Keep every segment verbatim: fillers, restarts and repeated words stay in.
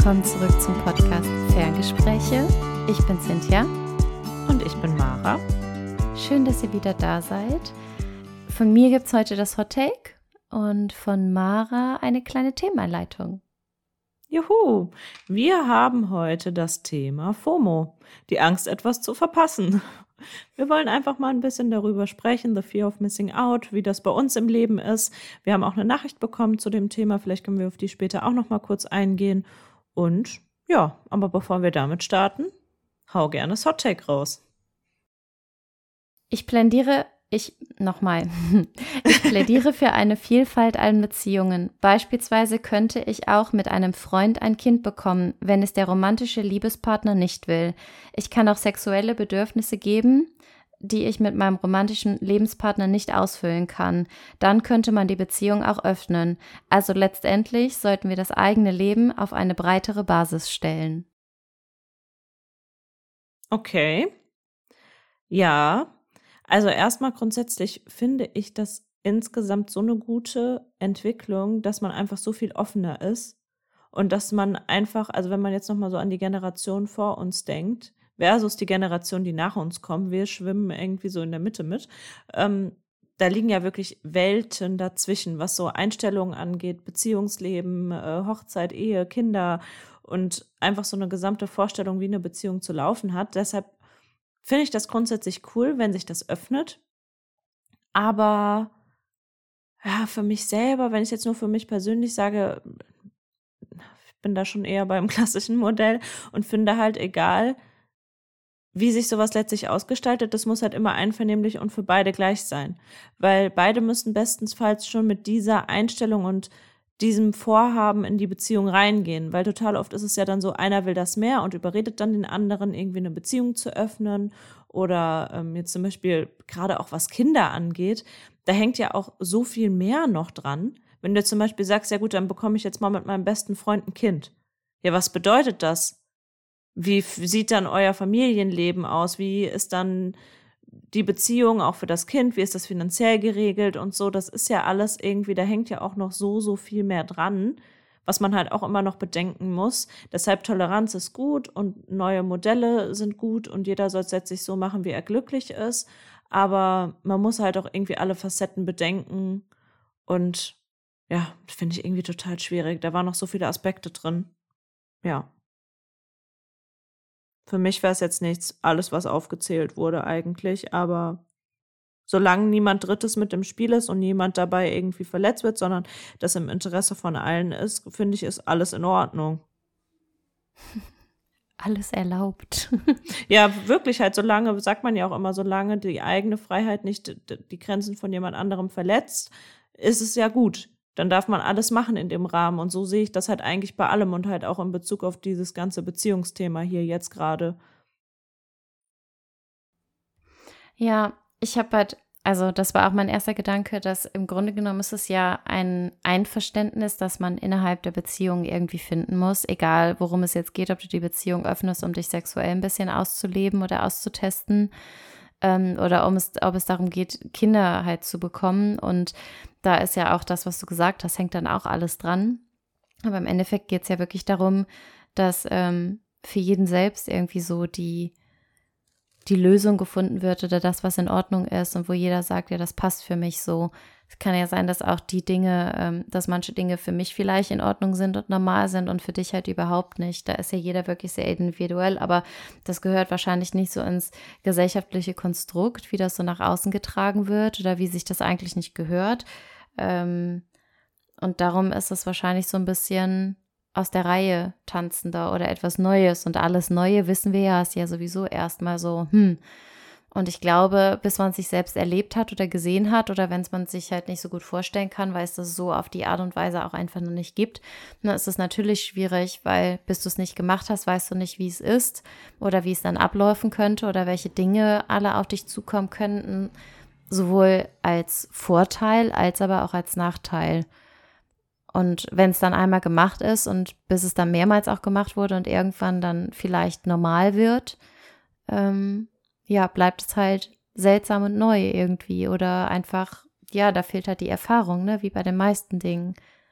willkommen zurück zum Podcast Ferngespräche. Ich bin Cynthia. Und ich bin Mara. Schön, dass ihr wieder da seid. Von mir gibt es heute das Hot Take und von Mara eine kleine Themeneinleitung. Juhu, wir haben heute das Thema FOMO, die Angst, etwas zu verpassen. Wir wollen einfach mal ein bisschen darüber sprechen, the fear of missing out, wie das bei uns im Leben ist. Wir haben auch eine Nachricht bekommen zu dem Thema, vielleicht können wir auf die später auch noch mal kurz eingehen. Und ja, aber bevor wir damit starten, hau gerne das Hot Take raus. Ich plädiere, ich, nochmal, ich plädiere für eine Vielfalt an Beziehungen. Beispielsweise könnte ich auch mit einem Freund ein Kind bekommen, wenn es der romantische Liebespartner nicht will. Ich kann auch sexuelle Bedürfnisse geben, die ich mit meinem romantischen Lebenspartner nicht ausfüllen kann. Dann könnte man die Beziehung auch öffnen. Also letztendlich sollten wir das eigene Leben auf eine breitere Basis stellen. Okay. Ja. Also erstmal grundsätzlich finde ich das insgesamt so eine gute Entwicklung, dass man einfach so viel offener ist und dass man einfach, also wenn man jetzt nochmal so an die Generation vor uns denkt, versus die Generation, die nach uns kommen, wir schwimmen irgendwie so in der Mitte mit, ähm, da liegen ja wirklich Welten dazwischen, was so Einstellungen angeht, Beziehungsleben, äh, Hochzeit, Ehe, Kinder und einfach so eine gesamte Vorstellung, wie eine Beziehung zu laufen hat. Deshalb finde ich das grundsätzlich cool, wenn sich das öffnet. Aber ja, für mich selber, wenn ich jetzt nur für mich persönlich sage, ich bin da schon eher beim klassischen Modell und finde halt egal, wie sich sowas letztlich ausgestaltet, das muss halt immer einvernehmlich und für beide gleich sein. Weil beide müssen bestenfalls schon mit dieser Einstellung und diesem Vorhaben in die Beziehung reingehen, weil total oft ist es ja dann so, einer will das mehr und überredet dann den anderen, irgendwie eine Beziehung zu öffnen oder ähm, jetzt zum Beispiel gerade auch was Kinder angeht, da hängt ja auch so viel mehr noch dran. Wenn du zum Beispiel sagst, ja gut, dann bekomme ich jetzt mal mit meinem besten Freund ein Kind. Ja, was bedeutet das? Wie f- sieht dann euer Familienleben aus? Wie ist dann die Beziehung auch für das Kind, wie ist das finanziell geregelt und so, das ist ja alles irgendwie, da hängt ja auch noch so, so viel mehr dran, was man halt auch immer noch bedenken muss. Deshalb Toleranz ist gut und neue Modelle sind gut und jeder soll es letztlich so machen, wie er glücklich ist, aber man muss halt auch irgendwie alle Facetten bedenken und ja, finde ich irgendwie total schwierig. Da waren noch so viele Aspekte drin. Ja. Für mich wäre es jetzt nichts, alles, was aufgezählt wurde eigentlich, aber solange niemand Drittes mit im Spiel ist und niemand dabei irgendwie verletzt wird, sondern das im Interesse von allen ist, finde ich, ist alles in Ordnung. Alles erlaubt. Ja, wirklich halt, solange, sagt man ja auch immer, solange die eigene Freiheit nicht die Grenzen von jemand anderem verletzt, ist es ja gut. Dann darf man alles machen in dem Rahmen. Und so sehe ich das halt eigentlich bei allem und halt auch in Bezug auf dieses ganze Beziehungsthema hier jetzt gerade. Ja, ich habe halt, also das war auch mein erster Gedanke, dass im Grunde genommen ist es ja ein Einverständnis, das man innerhalb der Beziehung irgendwie finden muss, egal worum es jetzt geht, ob du die Beziehung öffnest, um dich sexuell ein bisschen auszuleben oder auszutesten, ähm, oder um es, ob es darum geht, Kinder halt zu bekommen. Und da ist ja auch das, was du gesagt hast, hängt dann auch alles dran. Aber im Endeffekt geht es ja wirklich darum, dass ähm, für jeden selbst irgendwie so die die Lösung gefunden wird oder das, was in Ordnung ist und wo jeder sagt, ja, das passt für mich so. Es kann ja sein, dass auch die Dinge, ähm, dass manche Dinge für mich vielleicht in Ordnung sind und normal sind und für dich halt überhaupt nicht. Da ist ja jeder wirklich sehr individuell, aber das gehört wahrscheinlich nicht so ins gesellschaftliche Konstrukt, wie das so nach außen getragen wird oder wie sich das eigentlich nicht gehört. Ähm, und darum ist es wahrscheinlich so ein bisschen aus der Reihe tanzender oder etwas Neues. Und alles Neue, wissen wir ja, ist ja sowieso erstmal so, hm. Und ich glaube, bis man sich selbst erlebt hat oder gesehen hat oder wenn es man sich halt nicht so gut vorstellen kann, weil es das so auf die Art und Weise auch einfach noch nicht gibt, dann ist es natürlich schwierig, weil bis du es nicht gemacht hast, weißt du nicht, wie es ist oder wie es dann ablaufen könnte oder welche Dinge alle auf dich zukommen könnten, sowohl als Vorteil als aber auch als Nachteil. Und wenn es dann einmal gemacht ist und bis es dann mehrmals auch gemacht wurde und irgendwann dann vielleicht normal wird, ähm, ja, bleibt es halt seltsam und neu irgendwie oder einfach, ja, da fehlt halt die Erfahrung, ne, wie bei den meisten Dingen.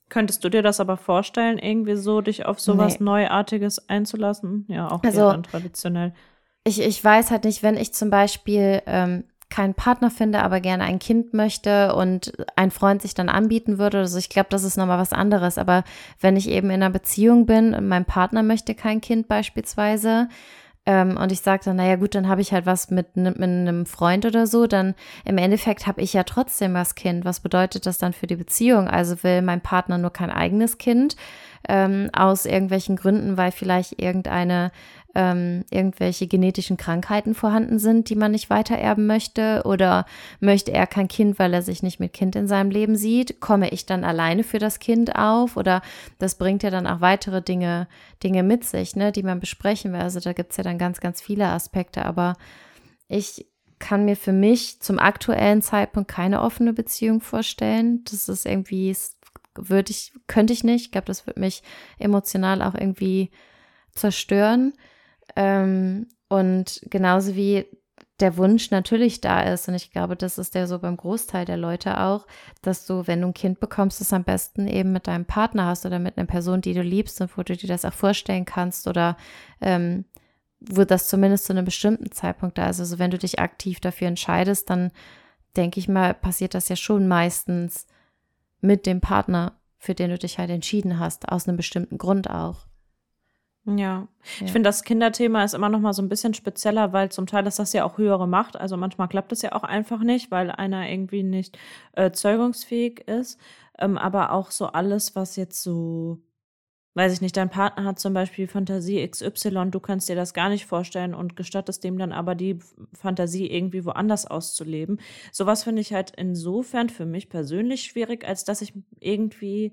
Könntest du dir das aber vorstellen, irgendwie so dich auf sowas Nee. Neuartiges einzulassen? Ja, auch Also- eher dann traditionell. Ich, ich weiß halt nicht, wenn ich zum Beispiel ähm, keinen Partner finde, aber gerne ein Kind möchte und ein Freund sich dann anbieten würde. Also ich glaube, das ist nochmal was anderes. Aber wenn ich eben in einer Beziehung bin und mein Partner möchte kein Kind beispielsweise, ähm, und ich sage dann, naja gut, dann habe ich halt was mit, mit einem Freund oder so, dann im Endeffekt habe ich ja trotzdem das Kind. Was bedeutet das dann für die Beziehung? Also will mein Partner nur kein eigenes Kind, ähm, aus irgendwelchen Gründen, weil vielleicht irgendeine ähm, irgendwelche genetischen Krankheiten vorhanden sind, die man nicht weitererben möchte, oder möchte er kein Kind, weil er sich nicht mit Kind in seinem Leben sieht? Komme ich dann alleine für das Kind auf, oder das bringt ja dann auch weitere Dinge, Dinge mit sich, ne, die man besprechen will. Also da gibt es ja dann ganz, ganz viele Aspekte, aber ich kann mir für mich zum aktuellen Zeitpunkt keine offene Beziehung vorstellen. Das ist irgendwie, würde ich, könnte ich nicht. Ich glaube, das würde mich emotional auch irgendwie zerstören. Ähm, und genauso wie der Wunsch natürlich da ist, und ich glaube, das ist der so beim Großteil der Leute auch, dass du, wenn du ein Kind bekommst, es am besten eben mit deinem Partner hast oder mit einer Person, die du liebst und wo du dir das auch vorstellen kannst, oder ähm, wo das zumindest zu einem bestimmten Zeitpunkt da ist. Also wenn du dich aktiv dafür entscheidest, dann denke ich mal, passiert das ja schon meistens mit dem Partner, für den du dich halt entschieden hast, aus einem bestimmten Grund auch. Ja, Ja. ich finde, das Kinderthema ist immer noch mal so ein bisschen spezieller, weil zum Teil ist das ja auch höhere Macht. Also manchmal klappt es ja auch einfach nicht, weil einer irgendwie nicht äh, zeugungsfähig ist. Ähm, aber auch so alles, was jetzt so, weiß ich nicht, dein Partner hat zum Beispiel Fantasie X Y, du kannst dir das gar nicht vorstellen und gestattest dem dann aber die F- Fantasie irgendwie woanders auszuleben. Sowas finde ich halt insofern für mich persönlich schwierig, als dass ich irgendwie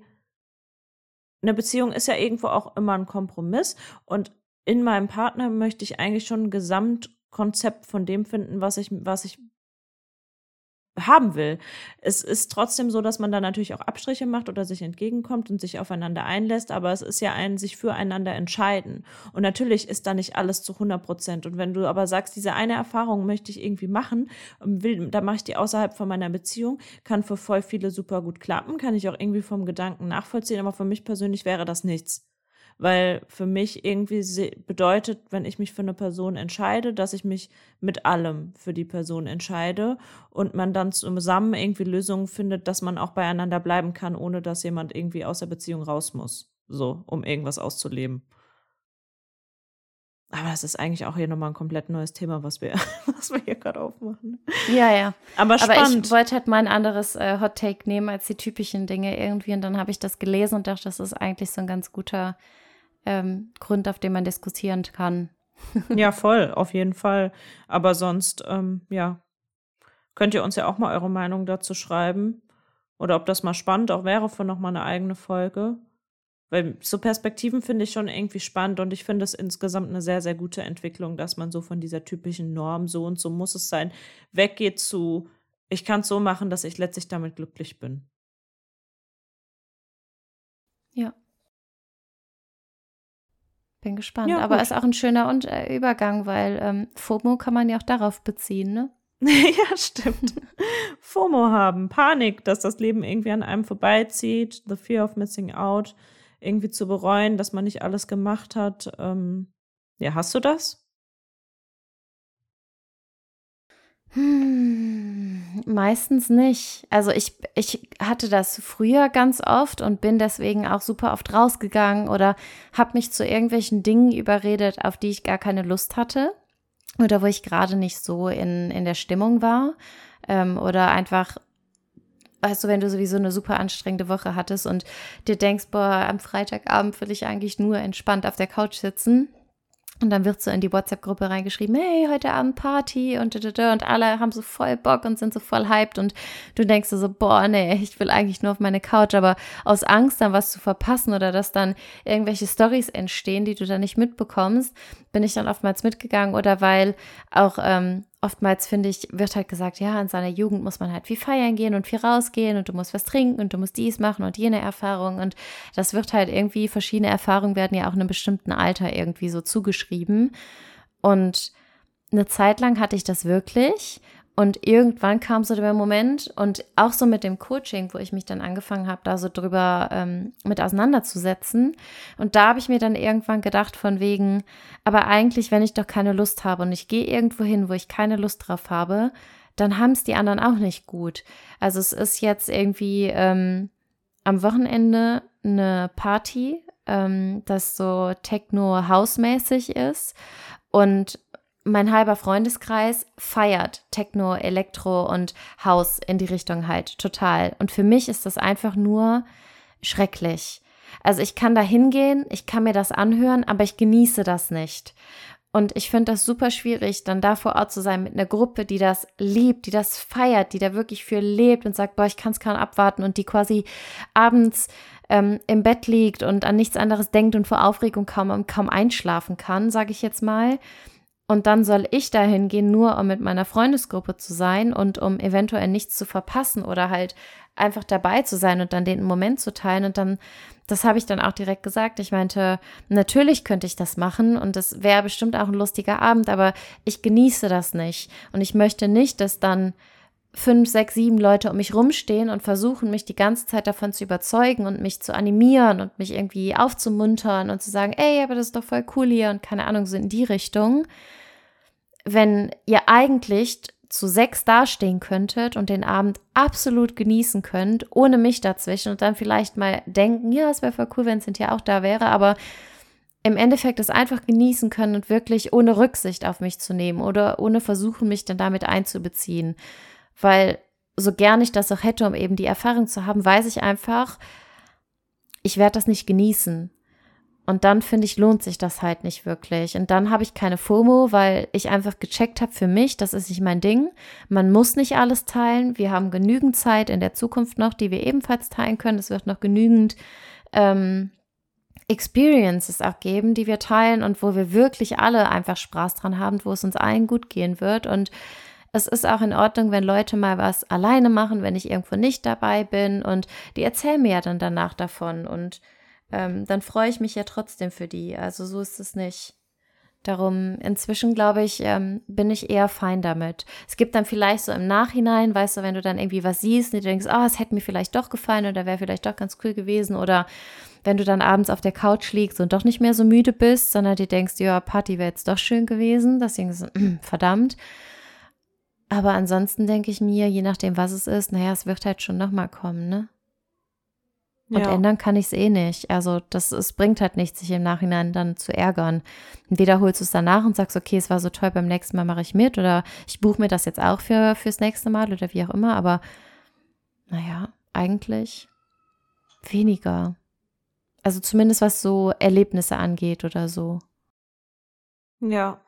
eine Beziehung ist ja irgendwo auch immer ein Kompromiss, und in meinem Partner möchte ich eigentlich schon ein Gesamtkonzept von dem finden, was ich, was ich haben will. Es ist trotzdem so, dass man da natürlich auch Abstriche macht oder sich entgegenkommt und sich aufeinander einlässt, aber es ist ja ein sich füreinander entscheiden. Und natürlich ist da nicht alles zu hundert Prozent. Und wenn du aber sagst, diese eine Erfahrung möchte ich irgendwie machen, will, da mache ich die außerhalb von meiner Beziehung, kann für voll viele super gut klappen, kann ich auch irgendwie vom Gedanken nachvollziehen, aber für mich persönlich wäre das nichts. Weil für mich irgendwie se- bedeutet, wenn ich mich für eine Person entscheide, dass ich mich mit allem für die Person entscheide und man dann zusammen irgendwie Lösungen findet, dass man auch beieinander bleiben kann, ohne dass jemand irgendwie aus der Beziehung raus muss, so, um irgendwas auszuleben. Aber das ist eigentlich auch hier nochmal ein komplett neues Thema, was wir, was wir hier gerade aufmachen. Ja, ja. Aber Aber spannend. ich wollte halt mal ein anderes äh, Hot Take nehmen als die typischen Dinge irgendwie. Und dann habe ich das gelesen und dachte, das ist eigentlich so ein ganz guter ähm, Grund, auf den man diskutieren kann. Ja, voll, auf jeden Fall. Aber sonst, ähm, ja, könnt ihr uns ja auch mal eure Meinung dazu schreiben. Oder ob das mal spannend auch wäre für nochmal eine eigene Folge. Weil so Perspektiven finde ich schon irgendwie spannend, und ich finde es insgesamt eine sehr, sehr gute Entwicklung, dass man so von dieser typischen Norm, so und so muss es sein, weggeht zu, ich kann es so machen, dass ich letztlich damit glücklich bin. Ja, bin gespannt. Ja, Aber gut. ist auch ein schöner und, äh, Übergang, weil ähm, FOMO kann man ja auch darauf beziehen, ne? Ja, stimmt. FOMO haben, Panik, dass das Leben irgendwie an einem vorbeizieht, the fear of missing out, irgendwie zu bereuen, dass man nicht alles gemacht hat. Ähm, ja, hast du das? Hm, meistens nicht. Also ich, ich hatte das früher ganz oft und bin deswegen auch super oft rausgegangen oder habe mich zu irgendwelchen Dingen überredet, auf die ich gar keine Lust hatte oder wo ich gerade nicht so in, in der Stimmung war. Ähm, oder einfach, weißt du, wenn du sowieso eine super anstrengende Woche hattest und dir denkst, boah, am Freitagabend will ich eigentlich nur entspannt auf der Couch sitzen. Und dann wird so in die WhatsApp-Gruppe reingeschrieben, hey, heute Abend Party und und alle haben so voll Bock und sind so voll hyped und du denkst so, boah, nee, ich will eigentlich nur auf meine Couch, aber aus Angst, dann was zu verpassen oder dass dann irgendwelche Storys entstehen, die du dann nicht mitbekommst, bin ich dann oftmals mitgegangen, oder weil auch ähm, oftmals, finde ich, wird halt gesagt, ja, in seiner Jugend muss man halt viel feiern gehen und viel rausgehen und du musst was trinken und du musst dies machen und jene Erfahrung, und das wird halt irgendwie, verschiedene Erfahrungen werden ja auch in einem bestimmten Alter irgendwie so zugeschrieben, und eine Zeit lang hatte ich das wirklich Und irgendwann kam so der Moment und auch so mit dem Coaching, wo ich mich dann angefangen habe, da so drüber ähm, mit auseinanderzusetzen. Und da habe ich mir dann irgendwann gedacht von wegen, aber eigentlich, wenn ich doch keine Lust habe und ich gehe irgendwo hin, wo ich keine Lust drauf habe, dann haben es die anderen auch nicht gut. Also es ist jetzt irgendwie ähm, am Wochenende eine Party, ähm, das so Techno-House-mäßig ist und mein halber Freundeskreis feiert Techno, Elektro und House in die Richtung halt total. Und für mich ist das einfach nur schrecklich. Also ich kann da hingehen, ich kann mir das anhören, aber ich genieße das nicht. Und ich finde das super schwierig, dann da vor Ort zu sein mit einer Gruppe, die das liebt, die das feiert, die da wirklich für lebt und sagt, boah, ich kann es kaum abwarten und die quasi abends ähm, im Bett liegt und an nichts anderes denkt und vor Aufregung kaum, kaum einschlafen kann, sage ich jetzt mal. Und dann soll ich dahin gehen, nur um mit meiner Freundesgruppe zu sein und um eventuell nichts zu verpassen oder halt einfach dabei zu sein und dann den Moment zu teilen. Und dann, das habe ich dann auch direkt gesagt. Ich meinte, natürlich könnte ich das machen und das wäre bestimmt auch ein lustiger Abend, aber ich genieße das nicht. Und ich möchte nicht, dass dann fünf, sechs, sieben Leute um mich rumstehen und versuchen, mich die ganze Zeit davon zu überzeugen und mich zu animieren und mich irgendwie aufzumuntern und zu sagen, ey, aber das ist doch voll cool hier und keine Ahnung, so in die Richtung. Wenn ihr eigentlich zu sechs dastehen könntet und den Abend absolut genießen könnt, ohne mich dazwischen und dann vielleicht mal denken, ja, es wäre voll cool, wenn Cynthia auch da wäre, aber im Endeffekt es einfach genießen können und wirklich ohne Rücksicht auf mich zu nehmen oder ohne versuchen, mich dann damit einzubeziehen. Weil so gern ich das auch hätte, um eben die Erfahrung zu haben, weiß ich einfach, ich werde das nicht genießen. Und dann, finde ich, lohnt sich das halt nicht wirklich. Und dann habe ich keine FOMO, weil ich einfach gecheckt habe für mich, das ist nicht mein Ding. Man muss nicht alles teilen. Wir haben genügend Zeit in der Zukunft noch, die wir ebenfalls teilen können. Es wird noch genügend ähm, Experiences auch geben, die wir teilen und wo wir wirklich alle einfach Spaß dran haben, wo es uns allen gut gehen wird. Und es ist auch in Ordnung, wenn Leute mal was alleine machen, wenn ich irgendwo nicht dabei bin. Und die erzählen mir ja dann danach davon und Ähm, dann freue ich mich ja trotzdem für die. Also so ist es nicht. Darum, inzwischen, glaube ich, ähm, bin ich eher fein damit. Es gibt dann vielleicht so im Nachhinein, weißt du, wenn du dann irgendwie was siehst und du denkst, ah, oh, es hätte mir vielleicht doch gefallen oder wäre vielleicht doch ganz cool gewesen oder wenn du dann abends auf der Couch liegst und doch nicht mehr so müde bist, sondern dir denkst, ja, Party wäre jetzt doch schön gewesen, deswegen ist es, verdammt. Aber ansonsten denke ich mir, je nachdem, was es ist, naja, es wird halt schon nochmal kommen, ne? Und ja. Ändern kann ich es eh nicht. Also das es bringt halt nichts, sich im Nachhinein dann zu ärgern. Entweder holst du es danach und sagst, okay, es war so toll, beim nächsten Mal mache ich mit oder ich buche mir das jetzt auch für fürs nächste Mal oder wie auch immer. Aber naja, eigentlich weniger. Also zumindest was so Erlebnisse angeht oder so. Ja.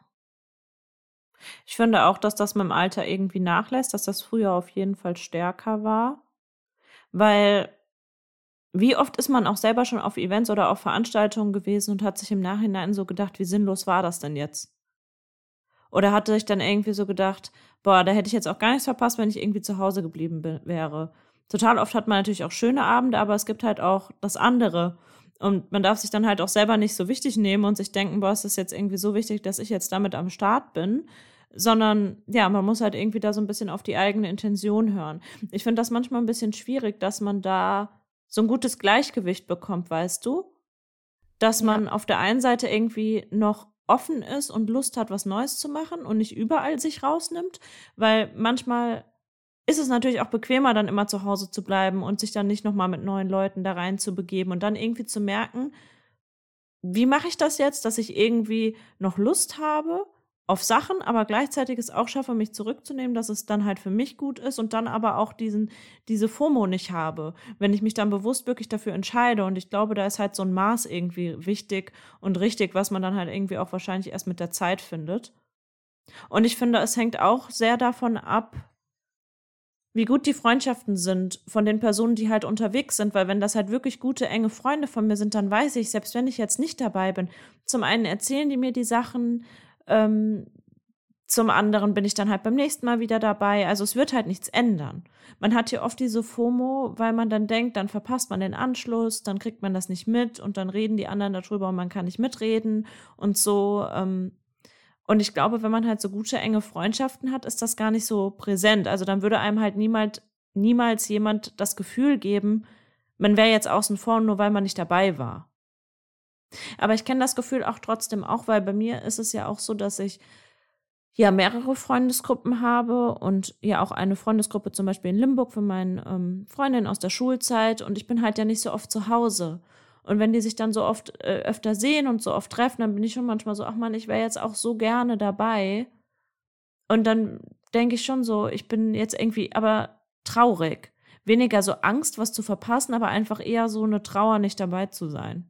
Ich finde auch, dass das mit dem Alter irgendwie nachlässt, dass das früher auf jeden Fall stärker war. Weil wie oft ist man auch selber schon auf Events oder auf Veranstaltungen gewesen und hat sich im Nachhinein so gedacht, wie sinnlos war das denn jetzt? Oder hatte sich dann irgendwie so gedacht, boah, da hätte ich jetzt auch gar nichts verpasst, wenn ich irgendwie zu Hause geblieben bin, wäre. Total oft hat man natürlich auch schöne Abende, aber es gibt halt auch das andere. Und man darf sich dann halt auch selber nicht so wichtig nehmen und sich denken, boah, ist das jetzt irgendwie so wichtig, dass ich jetzt damit am Start bin. Sondern, ja, man muss halt irgendwie da so ein bisschen auf die eigene Intention hören. Ich finde das manchmal ein bisschen schwierig, dass man da so ein gutes Gleichgewicht bekommt, weißt du? Dass man ja. auf der einen Seite irgendwie noch offen ist und Lust hat, was Neues zu machen und nicht überall sich rausnimmt, weil manchmal ist es natürlich auch bequemer, dann immer zu Hause zu bleiben und sich dann nicht nochmal mit neuen Leuten da rein zu begeben und dann irgendwie zu merken, wie mache ich das jetzt, dass ich irgendwie noch Lust habe auf Sachen, aber gleichzeitig es auch schaffe, mich zurückzunehmen, dass es dann halt für mich gut ist und dann aber auch diesen, diese FOMO nicht habe, wenn ich mich dann bewusst wirklich dafür entscheide. Und ich glaube, da ist halt so ein Maß irgendwie wichtig und richtig, was man dann halt irgendwie auch wahrscheinlich erst mit der Zeit findet. Und ich finde, es hängt auch sehr davon ab, wie gut die Freundschaften sind von den Personen, die halt unterwegs sind, weil wenn das halt wirklich gute, enge Freunde von mir sind, dann weiß ich, selbst wenn ich jetzt nicht dabei bin, zum einen erzählen die mir die Sachen, Ähm, zum anderen bin ich dann halt beim nächsten Mal wieder dabei. Also es wird halt nichts ändern. Man hat hier oft diese FOMO, weil man dann denkt, dann verpasst man den Anschluss, dann kriegt man das nicht mit und dann reden die anderen darüber und man kann nicht mitreden und so. Ähm, Und ich glaube, wenn man halt so gute, enge Freundschaften hat, ist das gar nicht so präsent. Also dann würde einem halt niemals, niemals jemand das Gefühl geben, man wäre jetzt außen vor, nur weil man nicht dabei war. Aber ich kenne das Gefühl auch trotzdem auch, weil bei mir ist es ja auch so, dass ich ja mehrere Freundesgruppen habe und ja auch eine Freundesgruppe zum Beispiel in Limburg für meine ähm, Freundin aus der Schulzeit und ich bin halt ja nicht so oft zu Hause. Und wenn die sich dann so oft äh, öfter sehen und so oft treffen, dann bin ich schon manchmal so, ach man, ich wäre jetzt auch so gerne dabei. Und dann denke ich schon so, ich bin jetzt irgendwie aber traurig. Weniger so Angst, was zu verpassen, aber einfach eher so eine Trauer, nicht dabei zu sein.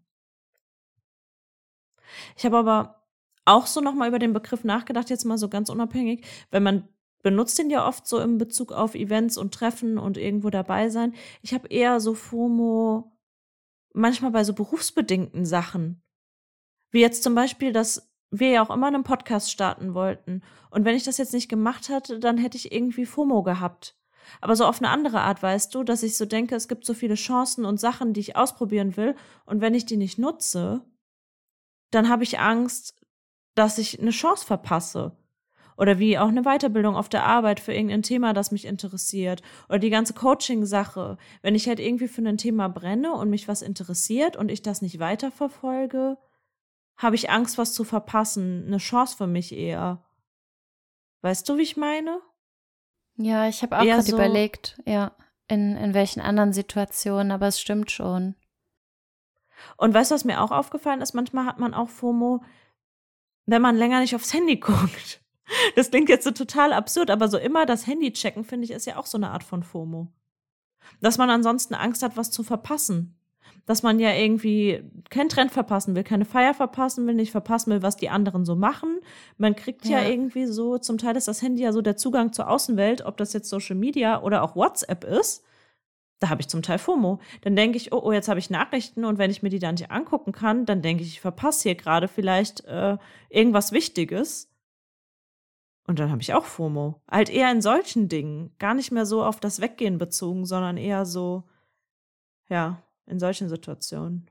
Ich habe aber auch so nochmal über den Begriff nachgedacht, jetzt mal so ganz unabhängig, weil man benutzt den ja oft so in Bezug auf Events und Treffen und irgendwo dabei sein. Ich habe eher so FOMO manchmal bei so berufsbedingten Sachen. Wie jetzt zum Beispiel, dass wir ja auch immer einen Podcast starten wollten. Und wenn ich das jetzt nicht gemacht hatte, dann hätte ich irgendwie FOMO gehabt. Aber so auf eine andere Art, weißt du, dass ich so denke, es gibt so viele Chancen und Sachen, die ich ausprobieren will. Und wenn ich die nicht nutze, dann habe ich Angst, dass ich eine Chance verpasse. Oder wie auch eine Weiterbildung auf der Arbeit für irgendein Thema, das mich interessiert. Oder die ganze Coaching-Sache. Wenn ich halt irgendwie für ein Thema brenne und mich was interessiert und ich das nicht weiterverfolge, habe ich Angst, was zu verpassen. Eine Chance für mich eher. Weißt du, wie ich meine? Ja, ich habe auch Eher gerade so- überlegt, ja, in, in welchen anderen Situationen, aber es stimmt schon. Und weißt du, was mir auch aufgefallen ist? Manchmal hat man auch FOMO, wenn man länger nicht aufs Handy guckt. Das klingt jetzt so total absurd, aber so immer das Handy checken, finde ich, ist ja auch so eine Art von FOMO. Dass man ansonsten Angst hat, was zu verpassen. Dass man ja irgendwie keinen Trend verpassen will, keine Feier verpassen will, nicht verpassen will, was die anderen so machen. Man kriegt ja, Ja. irgendwie so, zum Teil ist das Handy ja so der Zugang zur Außenwelt, ob das jetzt Social Media oder auch WhatsApp ist. Da habe ich zum Teil FOMO. Dann denke ich, oh, oh, jetzt habe ich Nachrichten und wenn ich mir die dann nicht angucken kann, dann denke ich, ich verpasse hier gerade vielleicht äh, irgendwas Wichtiges. Und dann habe ich auch FOMO. Halt eher in solchen Dingen. Gar nicht mehr so auf das Weggehen bezogen, sondern eher so, ja, in solchen Situationen.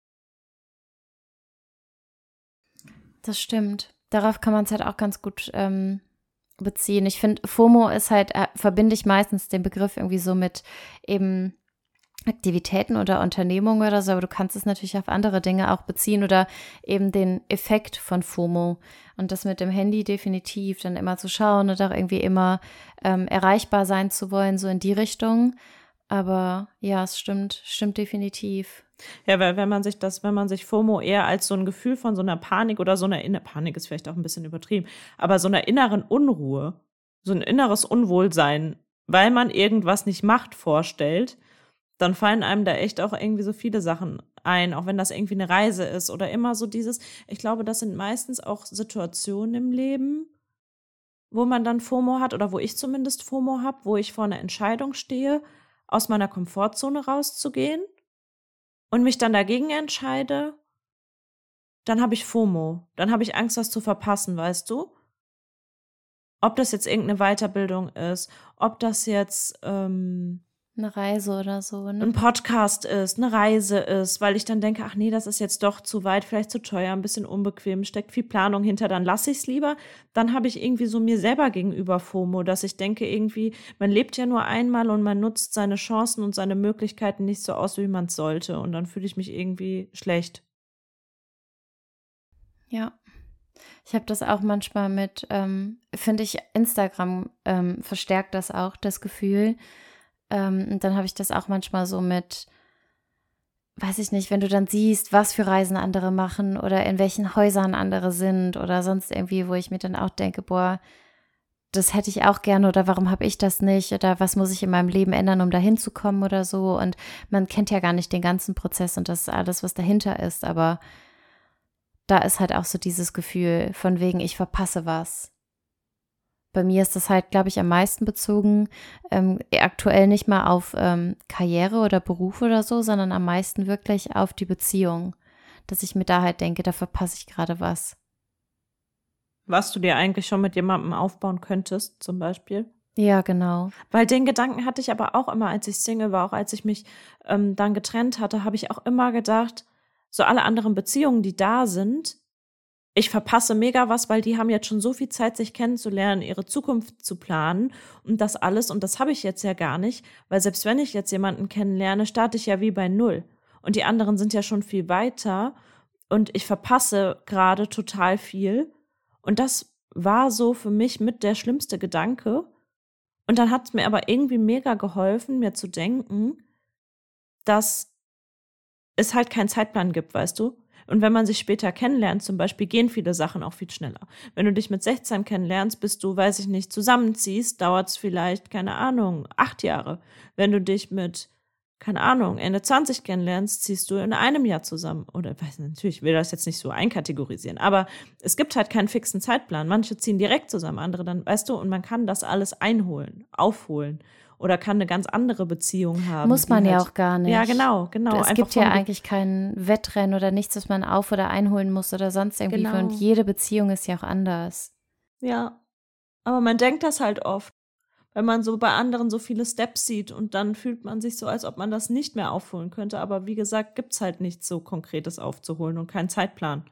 Das stimmt. Darauf kann man es halt auch ganz gut ähm, beziehen. Ich finde, FOMO ist halt, äh, verbinde ich meistens den Begriff irgendwie so mit eben Aktivitäten oder Unternehmungen oder so, aber du kannst es natürlich auf andere Dinge auch beziehen oder eben den Effekt von FOMO. Und das mit dem Handy definitiv, dann immer zu schauen und auch irgendwie immer ähm, erreichbar sein zu wollen, so in die Richtung. Aber ja, es stimmt, stimmt definitiv. Ja, weil wenn man sich das, wenn man sich FOMO eher als so ein Gefühl von so einer Panik oder so einer Inner Panik ist vielleicht auch ein bisschen übertrieben, aber so einer inneren Unruhe, so ein inneres Unwohlsein, weil man irgendwas nicht macht, vorstellt, dann fallen einem da echt auch irgendwie so viele Sachen ein, auch wenn das irgendwie eine Reise ist oder immer so dieses, ich glaube, das sind meistens auch Situationen im Leben, wo man dann FOMO hat oder wo ich zumindest FOMO habe, wo ich vor einer Entscheidung stehe, aus meiner Komfortzone rauszugehen und mich dann dagegen entscheide, dann habe ich FOMO. Dann habe ich Angst, was zu verpassen, weißt du? Ob das jetzt irgendeine Weiterbildung ist, ob das jetzt ähm, Eine Reise oder so, ne? ein Podcast ist, eine Reise ist, weil ich dann denke, ach nee, das ist jetzt doch zu weit, vielleicht zu teuer, ein bisschen unbequem, steckt viel Planung hinter, dann lasse ich es lieber. Dann habe ich irgendwie so mir selber gegenüber FOMO, dass ich denke irgendwie, man lebt ja nur einmal und man nutzt seine Chancen und seine Möglichkeiten nicht so aus, wie man es sollte. Und dann fühle ich mich irgendwie schlecht. Ja. Ich habe das auch manchmal mit, ähm, finde ich, Instagram ähm, verstärkt das auch, das Gefühl. Ähm, und dann habe ich das auch manchmal so mit, weiß ich nicht, wenn du dann siehst, was für Reisen andere machen oder in welchen Häusern andere sind oder sonst irgendwie, wo ich mir dann auch denke, boah, das hätte ich auch gerne oder warum habe ich das nicht oder was muss ich in meinem Leben ändern, um da hinzukommen oder so. Und man kennt ja gar nicht den ganzen Prozess und das alles, was dahinter ist, aber da ist halt auch so dieses Gefühl von wegen, ich verpasse was. Bei mir ist das halt, glaube ich, am meisten bezogen, ähm, aktuell nicht mal auf ähm, Karriere oder Beruf oder so, sondern am meisten wirklich auf die Beziehung, dass ich mir da halt denke, da verpasse ich gerade was. Was du dir eigentlich schon mit jemandem aufbauen könntest, zum Beispiel. Ja, genau. Weil den Gedanken hatte ich aber auch immer, als ich Single war, auch als ich mich ähm, dann getrennt hatte, habe ich auch immer gedacht, so alle anderen Beziehungen, die da sind, ich verpasse mega was, weil die haben jetzt schon so viel Zeit, sich kennenzulernen, ihre Zukunft zu planen und das alles. Und das habe ich jetzt ja gar nicht, weil selbst wenn ich jetzt jemanden kennenlerne, starte ich ja wie bei Null. Und die anderen sind ja schon viel weiter und ich verpasse gerade total viel. Und das war so für mich mit der schlimmste Gedanke. Und dann hat es mir aber irgendwie mega geholfen, mir zu denken, dass es halt keinen Zeitplan gibt, weißt du? Und wenn man sich später kennenlernt, zum Beispiel, gehen viele Sachen auch viel schneller. Wenn du dich mit sechzehn kennenlernst, bis du, weiß ich nicht, zusammenziehst, dauert es vielleicht, keine Ahnung, acht Jahre. Wenn du dich mit, keine Ahnung, Ende zwanzig kennenlernst, ziehst du in einem Jahr zusammen. Oder, weiß nicht, natürlich, ich will das jetzt nicht so einkategorisieren, aber es gibt halt keinen fixen Zeitplan. Manche ziehen direkt zusammen, andere dann, weißt du, und man kann das alles einholen, aufholen. Oder kann eine ganz andere Beziehung haben. Muss man ja halt, auch gar nicht. Ja, genau, genau. Es gibt ja eigentlich kein Wettrennen oder nichts, was man auf- oder einholen muss oder sonst irgendwie. Genau. Und jede Beziehung ist ja auch anders. Ja, aber man denkt das halt oft, weil man so bei anderen so viele Steps sieht und dann fühlt man sich so, als ob man das nicht mehr aufholen könnte. Aber wie gesagt, gibt es halt nichts so Konkretes aufzuholen und keinen Zeitplan.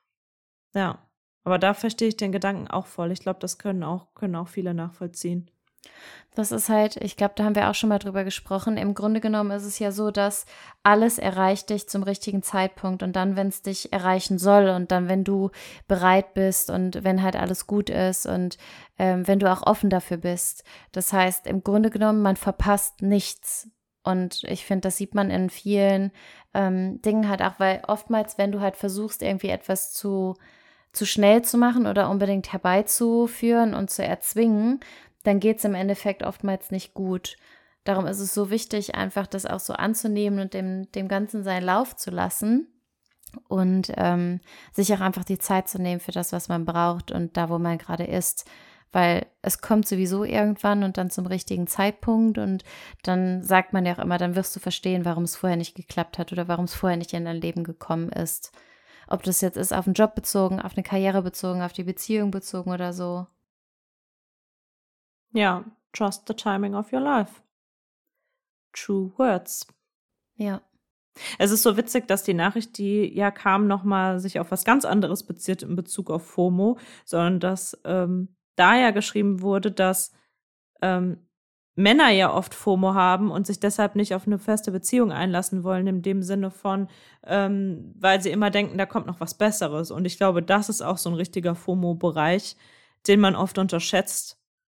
Ja, aber da verstehe ich den Gedanken auch voll. Ich glaube, das können auch, können auch viele nachvollziehen. Das ist halt, ich glaube, da haben wir auch schon mal drüber gesprochen. Im Grunde genommen ist es ja so, dass alles erreicht dich zum richtigen Zeitpunkt und dann, wenn es dich erreichen soll und dann, wenn du bereit bist und wenn halt alles gut ist und ähm, wenn du auch offen dafür bist. Das heißt, im Grunde genommen, man verpasst nichts. Und ich finde, das sieht man in vielen ähm, Dingen halt auch, weil oftmals, wenn du halt versuchst, irgendwie etwas zu, zu schnell zu machen oder unbedingt herbeizuführen und zu erzwingen, dann geht es im Endeffekt oftmals nicht gut. Darum ist es so wichtig, einfach das auch so anzunehmen und dem, dem Ganzen seinen Lauf zu lassen und ähm, sich auch einfach die Zeit zu nehmen für das, was man braucht und da, wo man gerade ist. Weil es kommt sowieso irgendwann und dann zum richtigen Zeitpunkt und dann sagt man ja auch immer, dann wirst du verstehen, warum es vorher nicht geklappt hat oder warum es vorher nicht in dein Leben gekommen ist. Ob das jetzt ist auf den Job bezogen, auf eine Karriere bezogen, auf die Beziehung bezogen oder so. Ja, trust the timing of your life. True words. Ja. Es ist so witzig, dass die Nachricht, die ja kam, nochmal sich auf was ganz anderes bezieht in Bezug auf FOMO, sondern dass ähm, da ja geschrieben wurde, dass ähm, Männer ja oft FOMO haben und sich deshalb nicht auf eine feste Beziehung einlassen wollen, in dem Sinne von, ähm, weil sie immer denken, da kommt noch was Besseres. Und ich glaube, das ist auch so ein richtiger FOMO-Bereich, den man oft unterschätzt.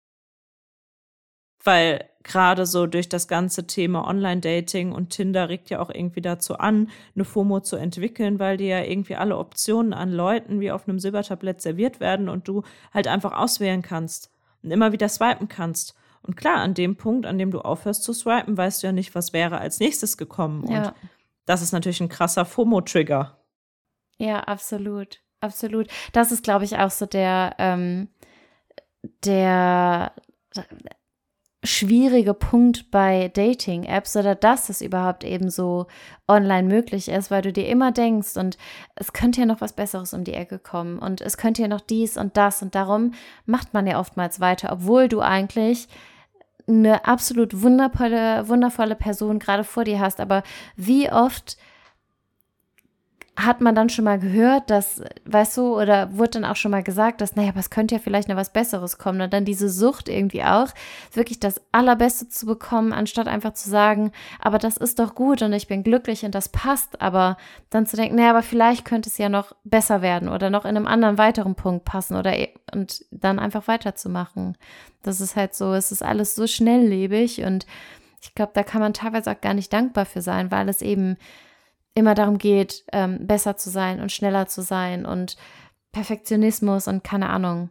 Weil gerade so durch das ganze Thema Online-Dating und Tinder regt ja auch irgendwie dazu an, eine FOMO zu entwickeln, weil dir ja irgendwie alle Optionen an Leuten wie auf einem Silbertablett serviert werden und du halt einfach auswählen kannst und immer wieder swipen kannst. Und klar, an dem Punkt, an dem du aufhörst zu swipen, weißt du ja nicht, was wäre als nächstes gekommen. Ja. Und das ist natürlich ein krasser FOMO-Trigger. Ja, absolut. Absolut. Das ist, glaube ich, auch so der, ähm, der schwierige Punkt bei Dating-Apps oder dass es überhaupt eben so online möglich ist, weil du dir immer denkst und es könnte ja noch was Besseres um die Ecke kommen und es könnte ja noch dies und das und darum macht man ja oftmals weiter, obwohl du eigentlich eine absolut wundervolle, wundervolle Person gerade vor dir hast, aber wie oft hat man dann schon mal gehört, dass, weißt du, oder wurde dann auch schon mal gesagt, dass, naja, aber es könnte ja vielleicht noch was Besseres kommen und dann diese Sucht irgendwie auch, wirklich das Allerbeste zu bekommen, anstatt einfach zu sagen, aber das ist doch gut und ich bin glücklich und das passt, aber dann zu denken, naja, aber vielleicht könnte es ja noch besser werden oder noch in einem anderen weiteren Punkt passen oder und dann einfach weiterzumachen. Das ist halt so, es ist alles so schnelllebig und ich glaube, da kann man teilweise auch gar nicht dankbar für sein, weil es eben immer darum geht, ähm, besser zu sein und schneller zu sein und Perfektionismus und keine Ahnung.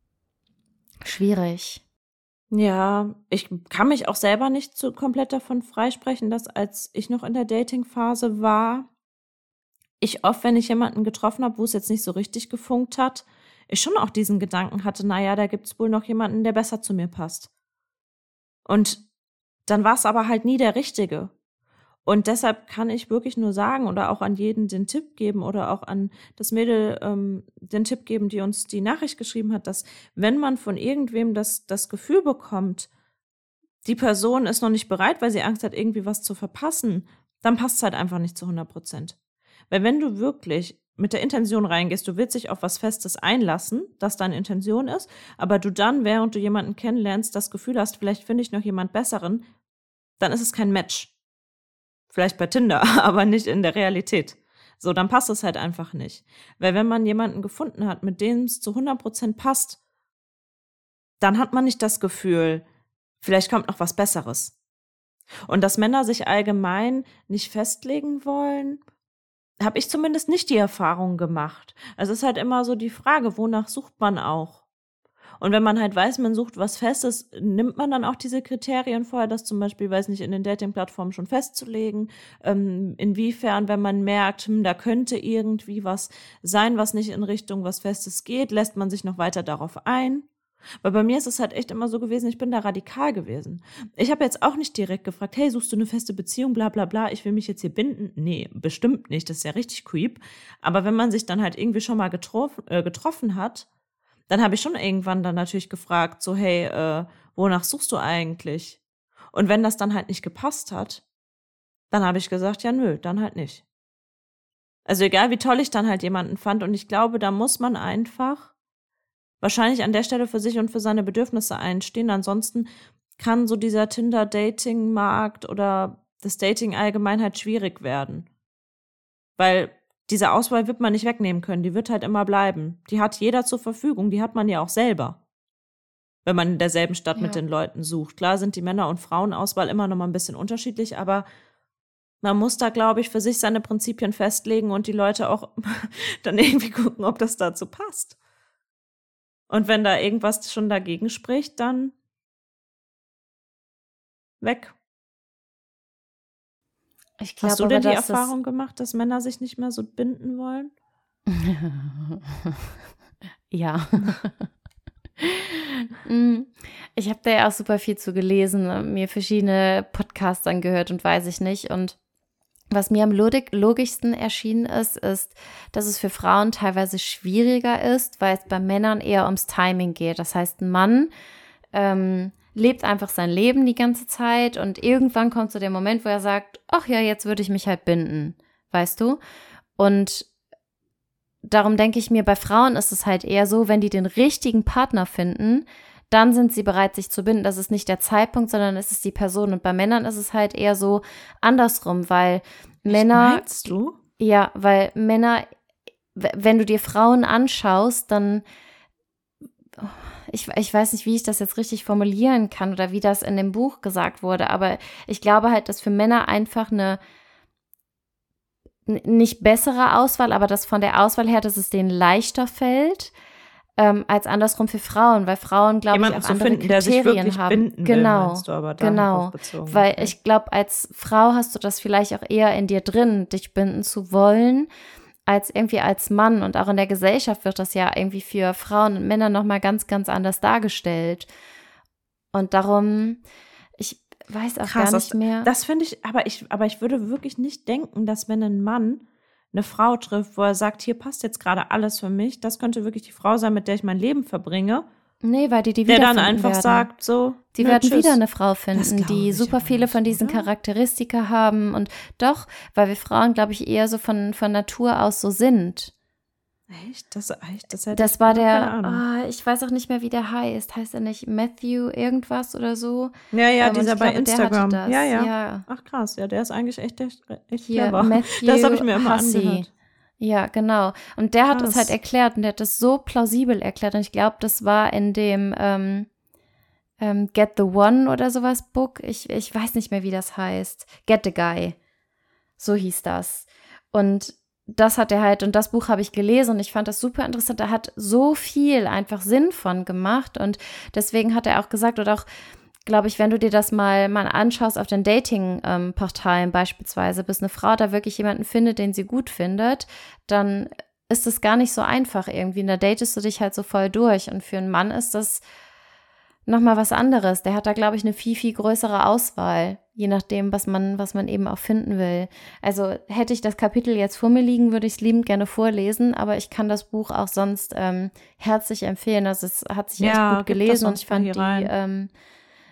Schwierig. Ja, ich kann mich auch selber nicht so komplett davon freisprechen, dass als ich noch in der Dating-Phase war, ich oft, wenn ich jemanden getroffen habe, wo es jetzt nicht so richtig gefunkt hat, ich schon auch diesen Gedanken hatte, naja, da gibt es wohl noch jemanden, der besser zu mir passt. Und dann war es aber halt nie der Richtige. Und deshalb kann ich wirklich nur sagen oder auch an jeden den Tipp geben oder auch an das Mädel ähm, den Tipp geben, die uns die Nachricht geschrieben hat, dass wenn man von irgendwem das, das Gefühl bekommt, die Person ist noch nicht bereit, weil sie Angst hat, irgendwie was zu verpassen, dann passt es halt einfach nicht zu hundert Prozent. Weil wenn du wirklich mit der Intention reingehst, du willst dich auf was Festes einlassen, das deine Intention ist, aber du dann, während du jemanden kennenlernst, das Gefühl hast, vielleicht finde ich noch jemand Besseren, dann ist es kein Match. Vielleicht bei Tinder, aber nicht in der Realität. So, dann passt es halt einfach nicht. Weil wenn man jemanden gefunden hat, mit dem es zu hundert Prozent passt, dann hat man nicht das Gefühl, vielleicht kommt noch was Besseres. Und dass Männer sich allgemein nicht festlegen wollen, habe ich zumindest nicht die Erfahrung gemacht. Also es ist halt immer so die Frage, wonach sucht man auch? Und wenn man halt weiß, man sucht was Festes, nimmt man dann auch diese Kriterien vorher, das zum Beispiel, weiß nicht, in den Dating-Plattformen schon festzulegen. Ähm, inwiefern, wenn man merkt, hm, da könnte irgendwie was sein, was nicht in Richtung was Festes geht, lässt man sich noch weiter darauf ein. Weil bei mir ist es halt echt immer so gewesen, ich bin da radikal gewesen. Ich habe jetzt auch nicht direkt gefragt, hey, suchst du eine feste Beziehung, bla bla bla, ich will mich jetzt hier binden. Nee, bestimmt nicht, das ist ja richtig creep. Aber wenn man sich dann halt irgendwie schon mal getroffen, äh, getroffen hat, dann habe ich schon irgendwann dann natürlich gefragt, so hey, äh, wonach suchst du eigentlich? Und wenn das dann halt nicht gepasst hat, dann habe ich gesagt, ja nö, dann halt nicht. Also egal, wie toll ich dann halt jemanden fand, und ich glaube, da muss man einfach wahrscheinlich an der Stelle für sich und für seine Bedürfnisse einstehen. Ansonsten kann so dieser Tinder-Dating-Markt oder das Dating allgemein halt schwierig werden. Weil diese Auswahl wird man nicht wegnehmen können. Die wird halt immer bleiben. Die hat jeder zur Verfügung. Die hat man ja auch selber, wenn man in derselben Stadt Ja. mit den Leuten sucht. Klar sind die Männer- und Frauenauswahl immer noch mal ein bisschen unterschiedlich, aber man muss da, glaube ich, für sich seine Prinzipien festlegen und die Leute auch dann irgendwie gucken, ob das dazu passt. Und wenn da irgendwas schon dagegen spricht, dann weg. Ich glaube Hast du aber, denn die dass Erfahrung gemacht, dass Männer sich nicht mehr so binden wollen? das ja. Mm, Ich habe da ja auch super viel zu gelesen, mir verschiedene Podcasts angehört und weiß ich nicht. Und was mir am logik- logischsten erschienen ist, ist, dass es für Frauen teilweise schwieriger ist, weil es bei Männern eher ums Timing geht. Das heißt, ein Mann ähm, lebt einfach sein Leben die ganze Zeit und irgendwann kommt so der Moment, wo er sagt, ach ja, jetzt würde ich mich halt binden, weißt du? Und darum denke ich mir, bei Frauen ist es halt eher so, wenn die den richtigen Partner finden, dann sind sie bereit, sich zu binden. Das ist nicht der Zeitpunkt, sondern es ist die Person. Und bei Männern ist es halt eher so andersrum, weil Männer, Meinst du? ja, weil Männer, w- wenn du dir Frauen anschaust, dann, ich, ich weiß nicht, wie ich das jetzt richtig formulieren kann oder wie das in dem Buch gesagt wurde, aber ich glaube halt, dass für Männer einfach eine n- nicht bessere Auswahl, aber dass von der Auswahl her, dass es denen leichter fällt, ähm, als andersrum für Frauen, weil Frauen, glaube ich, Jemanden auch zu andere finden, der sich Kriterien wirklich haben. binden will, Genau, meinst du, aber genau, darauf bezogen. weil okay. ich glaube, als Frau hast du das vielleicht auch eher in dir drin, dich binden zu wollen, als irgendwie als Mann. Und auch in der Gesellschaft wird das ja irgendwie für Frauen und Männer nochmal ganz, ganz anders dargestellt. Und darum, ich weiß auch Krass, gar nicht das, mehr. das finde ich, aber ich, aber ich würde wirklich nicht denken, dass wenn ein Mann eine Frau trifft, wo er sagt, hier passt jetzt gerade alles für mich, das könnte wirklich die Frau sein, mit der ich mein Leben verbringe, Nee, weil die die der dann wiederfinden einfach werden. sagt so, Die nö, werden tschüss. wieder eine Frau Das finden, glaub die ich super aber viele von nicht, diesen oder? Charakteristika haben. Und doch, weil wir Frauen, glaube ich, eher so von, von Natur aus so sind. Echt? Das, echt? Das, hätte Das ich war keine der, Ahnung. ah, ich weiß auch nicht mehr, wie der heißt. Heißt er nicht Matthew irgendwas oder so? Ja, ja, Ähm, und dieser ich bei glaube, der hatte Instagram. das. Ja, ja, Ja, Ach krass, ja, der ist eigentlich echt, echt, echt hier clever. Matthew Das habe ich mir immer Hussey. angehört. Ja, genau. Und der hat das halt Krass. erklärt und der hat das so plausibel erklärt. Und ich glaube, das war in dem ähm, ähm, Get the One oder sowas Book. Ich, ich weiß nicht mehr, wie das heißt. Get the Guy. So hieß das. Und das hat er halt, und das Buch habe ich gelesen und ich fand das super interessant. Er hat so viel einfach Sinn von gemacht und deswegen hat er auch gesagt, oder auch, glaube ich, wenn du dir das mal, mal anschaust auf den Dating-Portalen beispielsweise, bis eine Frau da wirklich jemanden findet, den sie gut findet, dann ist es gar nicht so einfach irgendwie. Und da datest du dich halt so voll durch. Und für einen Mann ist das nochmal was anderes. Der hat da, glaube ich, eine viel, viel größere Auswahl, je nachdem, was man, was man eben auch finden will. Also hätte ich das Kapitel jetzt vor mir liegen, würde ich es liebend gerne vorlesen, aber ich kann das Buch auch sonst ähm, herzlich empfehlen. Also es hat sich Ja, echt gut gib das gelesen und sonst ich mal fand hier die, rein. ähm,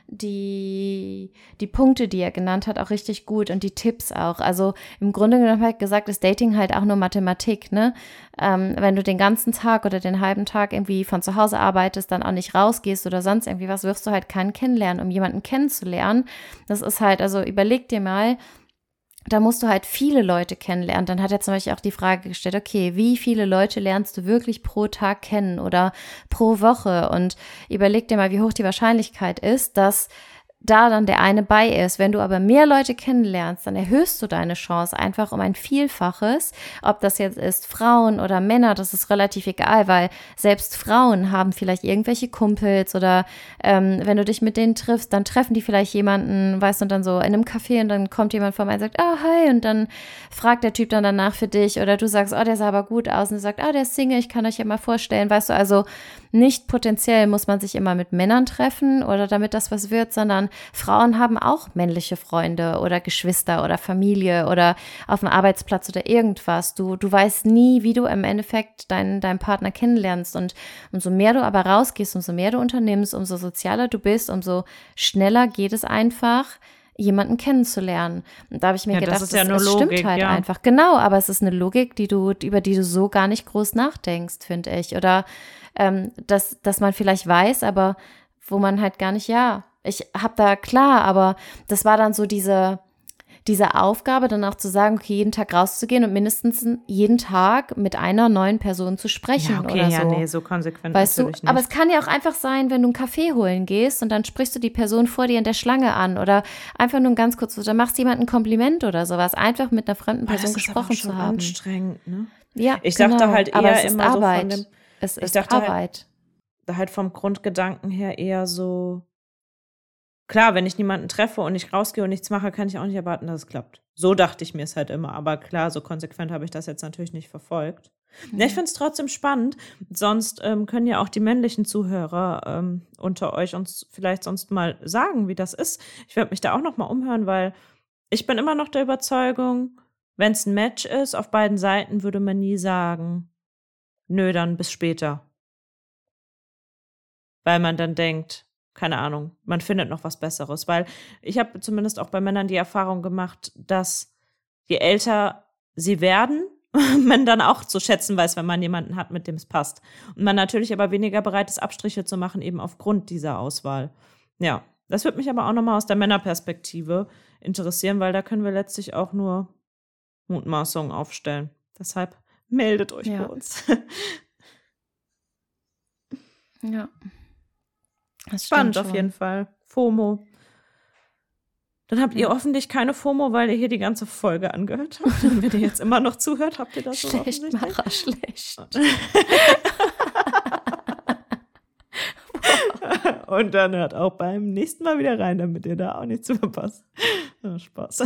die, die Punkte, die er genannt hat, auch richtig gut und die Tipps auch. Also im Grunde genommen hat er gesagt, ist Dating halt auch nur Mathematik, ne? Ähm, wenn du den ganzen Tag oder den halben Tag irgendwie von zu Hause arbeitest, dann auch nicht rausgehst oder sonst irgendwie was, wirst du halt keinen kennenlernen. Um jemanden kennenzulernen, das ist halt, also überleg dir mal, da musst du halt viele Leute kennenlernen. Dann hat er zum Beispiel auch die Frage gestellt, okay, wie viele Leute lernst du wirklich pro Tag kennen oder pro Woche? Und überleg dir mal, wie hoch die Wahrscheinlichkeit ist, dass da dann der eine bei ist. Wenn du aber mehr Leute kennenlernst, dann erhöhst du deine Chance einfach um ein Vielfaches. Ob das jetzt ist Frauen oder Männer, das ist relativ egal, weil selbst Frauen haben vielleicht irgendwelche Kumpels oder ähm, wenn du dich mit denen triffst, dann treffen die vielleicht jemanden, weißt du, und dann so in einem Café und dann kommt jemand vorbei und sagt, ah, hi, und dann fragt der Typ dann danach für dich oder du sagst, oh, der sah aber gut aus und er sagt, ah, der ist Single, ich kann euch ja mal vorstellen, weißt du, also nicht potenziell muss man sich immer mit Männern treffen oder damit das was wird, sondern Frauen haben auch männliche Freunde oder Geschwister oder Familie oder auf dem Arbeitsplatz oder irgendwas. Du, du weißt nie, wie du im Endeffekt deinen, deinen Partner kennenlernst. Und umso mehr du aber rausgehst, umso mehr du unternimmst, umso sozialer du bist, umso schneller geht es einfach, jemanden kennenzulernen. Und da habe ich mir Ja, gedacht, das ist das, ja nur das Logik, stimmt halt ja. einfach. Genau, aber es ist eine Logik, die du, über die du so gar nicht groß nachdenkst, finde ich. Oder ähm, dass, dass man vielleicht weiß, aber wo man halt gar nicht, ja, ich habe da, klar, aber das war dann so diese, diese Aufgabe, dann auch zu sagen, okay, jeden Tag rauszugehen und mindestens jeden Tag mit einer neuen Person zu sprechen Ja, okay, oder so. ja, nee, so konsequent Weißt du, natürlich nicht. aber es kann ja auch einfach sein, wenn du einen Kaffee holen gehst und dann sprichst du die Person vor dir in der Schlange an oder einfach nur ganz kurz, oder machst jemandem ein Kompliment oder sowas, einfach mit einer fremden Boah, Person das ist aber gesprochen auch schon zu haben. anstrengend, ne? Ja, Ich genau. dachte halt aber eher es ist immer so von Arbeit. dem, Es ich ist dachte halt- Arbeit. halt vom Grundgedanken her eher so, klar, wenn ich niemanden treffe und ich rausgehe und nichts mache, kann ich auch nicht erwarten, dass es klappt. So dachte ich mir es halt immer, aber klar, so konsequent habe ich das jetzt natürlich nicht verfolgt. Mhm. Ja, ich finde es trotzdem spannend, sonst ähm, können ja auch die männlichen Zuhörer ähm, unter euch uns vielleicht sonst mal sagen, wie das ist. Ich werde mich da auch noch mal umhören, weil ich bin immer noch der Überzeugung, wenn es ein Match ist, auf beiden Seiten würde man nie sagen, nö, dann bis später. Weil man dann denkt, keine Ahnung, man findet noch was Besseres. Weil ich habe zumindest auch bei Männern die Erfahrung gemacht, dass je älter sie werden, man dann auch zu schätzen weiß, wenn man jemanden hat, mit dem es passt. Und man natürlich aber weniger bereit ist, Abstriche zu machen, eben aufgrund dieser Auswahl. Ja, das würde mich aber auch nochmal aus der Männerperspektive interessieren, weil da können wir letztlich auch nur Mutmaßungen aufstellen. Deshalb meldet euch Ja. bei uns. Ja. Das Spannend stimmt auf schon. jeden Fall. FOMO. Dann habt ihr Ja. hoffentlich keine FOMO, weil ihr hier die ganze Folge angehört habt. Und wenn ihr jetzt immer noch zuhört, habt ihr das so offensichtlich. Schlechtmacher, schlecht. Und dann hört auch beim nächsten Mal wieder rein, damit ihr da auch nichts verpasst. Ja, Spaß.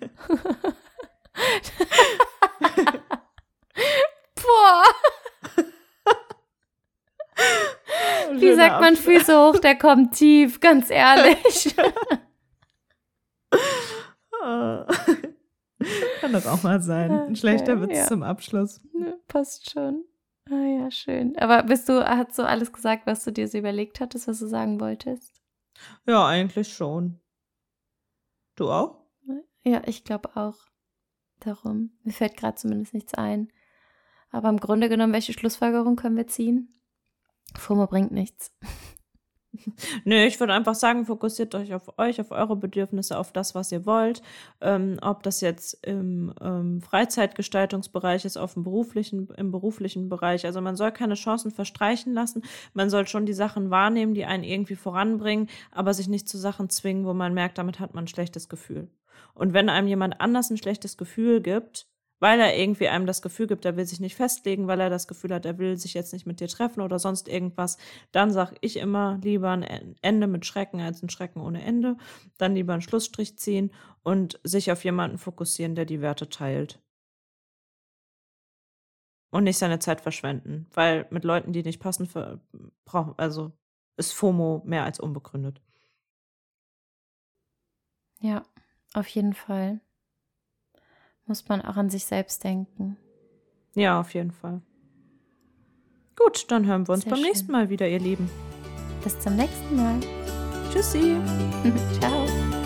Boah. Wie sagt man, Füße hoch, der kommt tief, ganz ehrlich. Kann das auch mal sein. Ein schlechter Witz ja. zum Abschluss. Ne, passt schon. Ah ja, schön. Aber bist du, hast du alles gesagt, was du dir so überlegt hattest, was du sagen wolltest? Ja, eigentlich schon. Du auch? Ja, ich glaube auch. Darum. Mir fällt gerade zumindest nichts ein. Aber im Grunde genommen, welche Schlussfolgerung können wir ziehen? FOMO bringt nichts. Nö, ich würde einfach sagen, fokussiert euch auf euch, auf eure Bedürfnisse, auf das, was ihr wollt. Ähm, ob das jetzt im ähm, Freizeitgestaltungsbereich ist, auf dem beruflichen, im beruflichen Bereich. Also man soll keine Chancen verstreichen lassen. Man soll schon die Sachen wahrnehmen, die einen irgendwie voranbringen, aber sich nicht zu Sachen zwingen, wo man merkt, damit hat man ein schlechtes Gefühl. Und wenn einem jemand anders ein schlechtes Gefühl gibt, weil er irgendwie einem das Gefühl gibt, er will sich nicht festlegen, weil er das Gefühl hat, er will sich jetzt nicht mit dir treffen oder sonst irgendwas, dann sage ich immer, lieber ein Ende mit Schrecken als ein Schrecken ohne Ende, dann lieber einen Schlussstrich ziehen und sich auf jemanden fokussieren, der die Werte teilt. Und nicht seine Zeit verschwenden, weil mit Leuten, die nicht passen, für, brauch, also ist FOMO mehr als unbegründet. Ja, auf jeden Fall. Muss man auch an sich selbst denken. Ja, auf jeden Fall. Gut, dann hören wir uns Sehr beim schön. nächsten Mal wieder, ihr Lieben. Bis zum nächsten Mal. Tschüssi. Ciao.